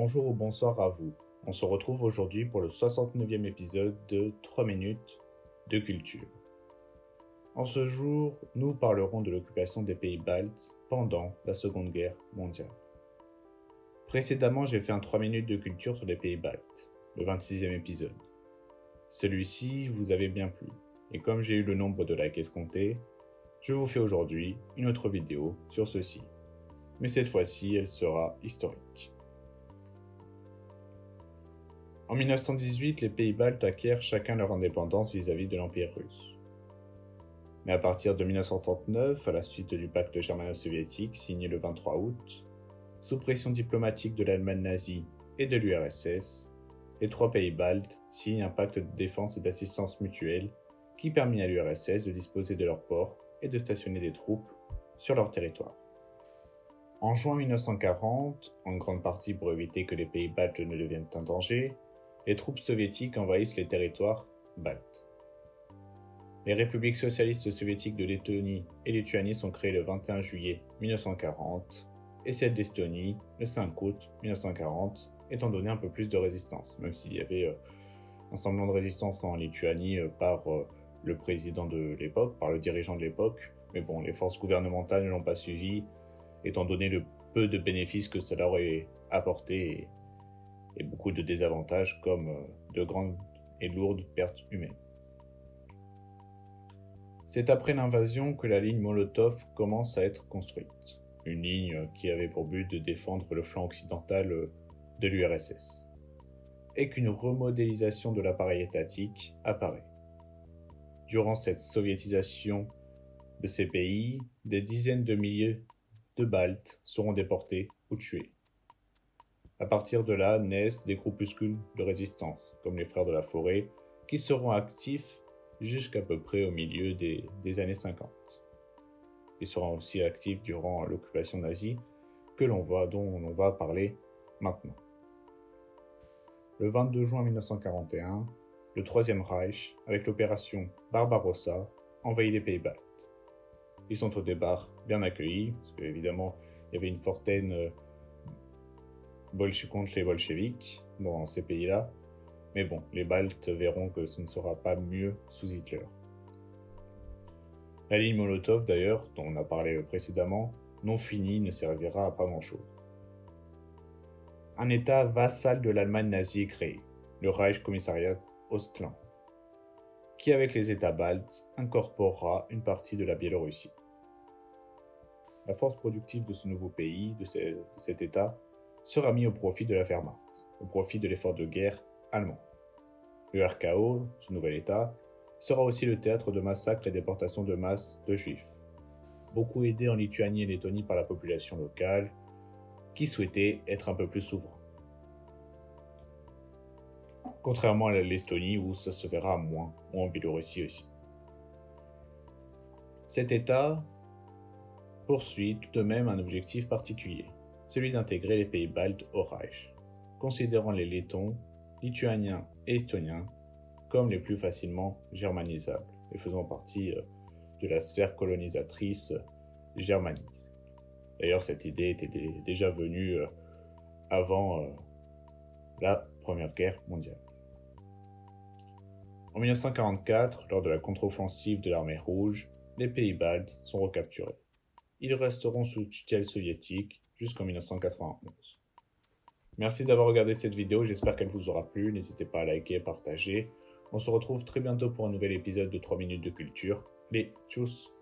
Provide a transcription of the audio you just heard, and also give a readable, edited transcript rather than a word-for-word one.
bonjour ou bonsoir à vous. On se retrouve aujourd'hui pour le 69e épisode de 3 minutes de culture. En ce jour, nous parlerons de l'occupation des pays baltes pendant la Seconde Guerre mondiale. Précédemment, j'ai fait un 3 minutes de culture sur les pays baltes, le 26e épisode. Celui-ci vous avait bien plu, et comme j'ai eu le nombre de likes escompté, je vous fais aujourd'hui une autre vidéo sur ceci. Mais cette fois-ci, elle sera historique. En 1918, les pays baltes acquièrent chacun leur indépendance vis-à-vis de l'Empire russe. Mais à partir de 1939, à la suite du pacte germano-soviétique signé le 23 août, sous pression diplomatique de l'Allemagne nazie et de l'URSS, les trois pays baltes signent un pacte de défense et d'assistance mutuelle qui permit à l'URSS de disposer de leurs ports et de stationner des troupes sur leur territoire. En juin 1940, en grande partie pour éviter que les pays baltes ne deviennent un danger, les troupes soviétiques envahissent les territoires baltes. Les républiques socialistes soviétiques de Lettonie et Lituanie sont créées le 21 juillet 1940 et celle d'Estonie le 5 août 1940, étant donné un peu plus de résistance, même s'il y avait un semblant de résistance en Lituanie par le président de l'époque, par le dirigeant de l'époque, mais bon, les forces gouvernementales ne l'ont pas suivi, étant donné le peu de bénéfices que cela aurait apporté et beaucoup de désavantages comme de grandes et lourdes pertes humaines. C'est après l'invasion que la ligne Molotov commence à être construite, une ligne qui avait pour but de défendre le flanc occidental de l'URSS, et qu'une remodélisation de l'appareil étatique apparaît. Durant cette soviétisation de ces pays, des dizaines de milliers de Baltes seront déportés ou tués. À partir de là, naissent des groupuscules de résistance, comme les Frères de la Forêt, qui seront actifs jusqu'à peu près au milieu des années 50. Ils seront aussi actifs durant l'occupation nazie, dont on va parler maintenant. Le 22 juin 1941, le Troisième Reich, avec l'opération Barbarossa, envahit les pays baltes. Ils sont au départ bien accueillis, parce qu'évidemment, il y avait une forte haine contre les bolcheviks dans ces pays-là. Mais bon, les Baltes verront que ce ne sera pas mieux sous Hitler. La ligne Molotov, d'ailleurs, dont on a parlé précédemment, non finie, ne servira à pas grand-chose. Un État vassal de l'Allemagne nazie est créé, le Reich Commissariat Ostland, qui avec les États baltes incorporera une partie de la Biélorussie. La force productive de ce nouveau pays, de cet État, sera mise au profit de la Wehrmacht, au profit de l'effort de guerre allemand. Le RKO, ce nouvel État, sera aussi le théâtre de massacres et déportations de masse de Juifs, beaucoup aidés en Lituanie et Lettonie par la population locale, qui souhaitait être un peu plus souverain. Contrairement à l'Estonie où ça se verra moins, ou en Biélorussie aussi. Cet État poursuit tout de même un objectif particulier, celui d'intégrer les pays baltes au Reich, considérant les Lettons, Lituaniens et Estoniens comme les plus facilement germanisables et faisant partie de la sphère colonisatrice germanique. D'ailleurs, cette idée était déjà venue avant la Première Guerre mondiale. En 1944, lors de la contre-offensive de l'armée rouge, les pays baltes sont recapturés. Ils resteront sous tutelle soviétique jusqu'en 1991. Merci d'avoir regardé cette vidéo, j'espère qu'elle vous aura plu. N'hésitez pas à liker et partager. On se retrouve très bientôt pour un nouvel épisode de 3 minutes de culture. Allez, tchuss!